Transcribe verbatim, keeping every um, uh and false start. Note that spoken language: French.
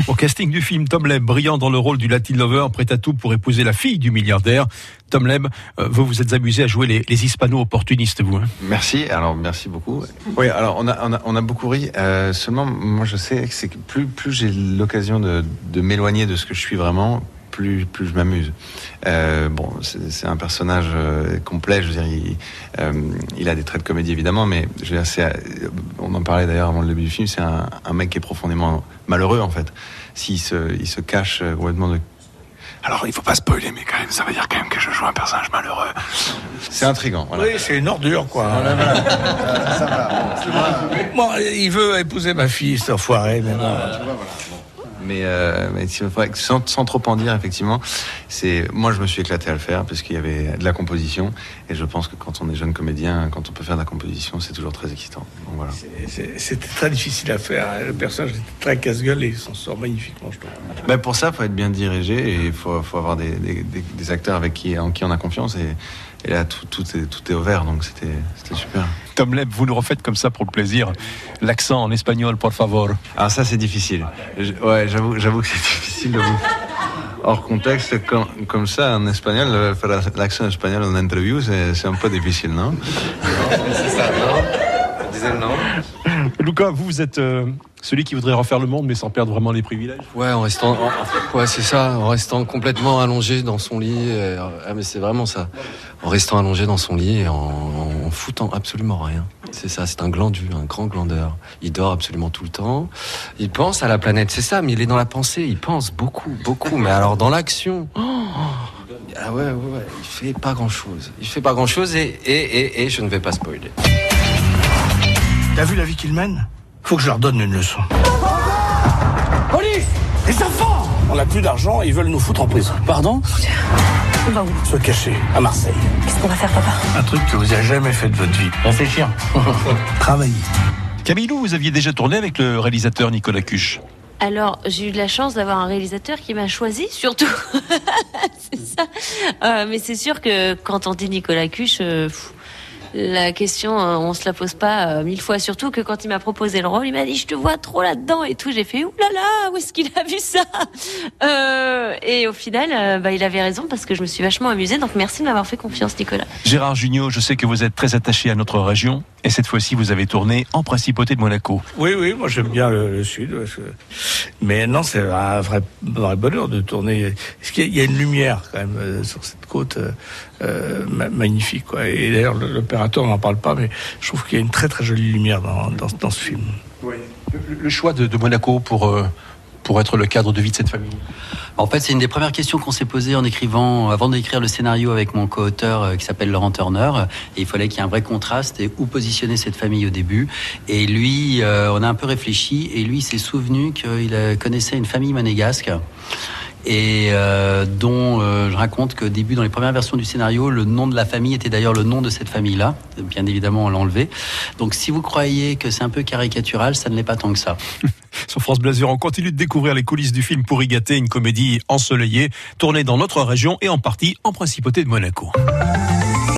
Au casting du film, Tom Leb, brillant dans le rôle du Latin Lover, prêt à tout pour épouser la fille du milliardaire. Tom Leb, euh, vous vous êtes amusé à jouer les, les hispano-opportunistes, vous. Hein. Merci, alors merci beaucoup. Oui, alors on a, on a, on a beaucoup ri. Euh, seulement, moi je sais que c'est que plus, plus j'ai l'occasion de, de m'éloigner de ce que je suis vraiment, plus, plus je m'amuse. Euh, bon, c'est, c'est un personnage euh, complet, je veux dire, il, euh, il a des traits de comédie évidemment, mais je veux dire, c'est, on en parlait d'ailleurs avant le début du film, c'est un, un mec qui est profondément malheureux en fait. S'il se, il se cache complètement de... Alors, il faut pas spoiler, mais quand même, ça veut dire quand même que je joue un personnage malheureux. C'est intriguant, voilà. Oui, c'est une ordure, quoi. Voilà, voilà. Ça va. Ça va. Bon, il veut épouser ma fille, cet enfoiré, mais non. Tu vois, voilà. Mais, euh, mais sans, sans trop en dire, effectivement, c'est moi je me suis éclaté à le faire parce qu'il y avait de la composition et je pense que quand on est jeune comédien, quand on peut faire de la composition, c'est toujours très excitant. Donc voilà. C'est, c'est, c'était très difficile à faire. Le personnage était très casse-gueule et il s'en sort magnifiquement, je trouve. Ben pour ça, il faut être bien dirigé et il faut, faut avoir des, des, des, des acteurs avec qui, en qui on a confiance et, et là tout, tout, est, tout est au vert, donc c'était, c'était super. Tom Leb, vous nous refaites comme ça pour le plaisir l'accent en espagnol, por favor. Alors ça c'est difficile. Je, ouais, j'avoue, j'avoue que c'est difficile de vous... Hors contexte, comme, comme ça, en espagnol, faire l'accent espagnol en interview, c'est, c'est un peu difficile, non? Non, c'est ça, non? Disais non. Luca, vous, vous êtes euh, celui qui voudrait refaire le monde, mais sans perdre vraiment les privilèges. Ouais, en restant, en, ouais, c'est ça, en restant complètement allongé dans son lit. Et, ah, mais c'est vraiment ça. En restant allongé dans son lit et en, en foutant absolument rien. C'est ça, c'est un glandu, un grand glandeur. Il dort absolument tout le temps. Il pense à la planète, c'est ça, mais il est dans la pensée. Il pense beaucoup, beaucoup. Mais alors dans l'action, oh, ah ouais, ouais, ouais, il fait pas grand-chose. Il fait pas grand-chose et, et, et, et je ne vais pas spoiler. T'as vu la vie qu'ils mènent? Faut que je leur donne une leçon. Police! Les enfants! On n'a plus d'argent et ils veulent nous foutre en prison. Pardon? On va où? Se cacher, à Marseille. Qu'est-ce qu'on va faire, papa? Un truc que vous n'avez jamais fait de votre vie. Réfléchir. Travailler. Camillou, vous aviez déjà tourné avec le réalisateur Nicolas Cuche. Alors, j'ai eu de la chance d'avoir un réalisateur qui m'a choisi, surtout. C'est ça. Euh, mais c'est sûr que quand on dit Nicolas Cuche... Euh, pff, la question, euh, on se la pose pas euh, mille fois. Surtout que quand il m'a proposé le rôle, il m'a dit je te vois trop là-dedans et tout. J'ai fait oulala, où est-ce qu'il a vu ça? euh, Et au final, euh, bah, il avait raison parce que je me suis vachement amusée. Donc merci de m'avoir fait confiance, Nicolas. Gérard Jugnot, je sais que vous êtes très attaché à notre région et cette fois-ci vous avez tourné en Principauté de Monaco. Oui, oui, moi j'aime bien le, le sud. Parce que... Mais non, c'est un vrai, vrai bonheur de tourner. Parce qu'il y a une lumière quand même euh, sur cette côte euh, magnifique, quoi. Et d'ailleurs, l'opérateur n'en parle pas, mais je trouve qu'il y a une très très jolie lumière dans, dans, dans ce film. Oui. Le, le choix de, de Monaco pour, euh, pour être le cadre de vie de cette famille. En fait, c'est une des premières questions qu'on s'est posées en écrivant, avant d'écrire le scénario avec mon co-auteur euh, qui s'appelle Laurent Turner. Et il fallait qu'il y ait un vrai contraste et où positionner cette famille au début. Et lui, euh, on a un peu réfléchi et lui il s'est souvenu qu'il euh, connaissait une famille monégasque. Et euh, dont euh, je raconte qu'au début, dans les premières versions du scénario, le nom de la famille était d'ailleurs le nom de cette famille-là. Bien évidemment, on l'a enlevé. Donc si vous croyez que c'est un peu caricatural, ça ne l'est pas tant que ça. Sur France Bleu Azur, on continue de découvrir les coulisses du film Pour y gâter, une comédie ensoleillée, tournée dans notre région et en partie en Principauté de Monaco.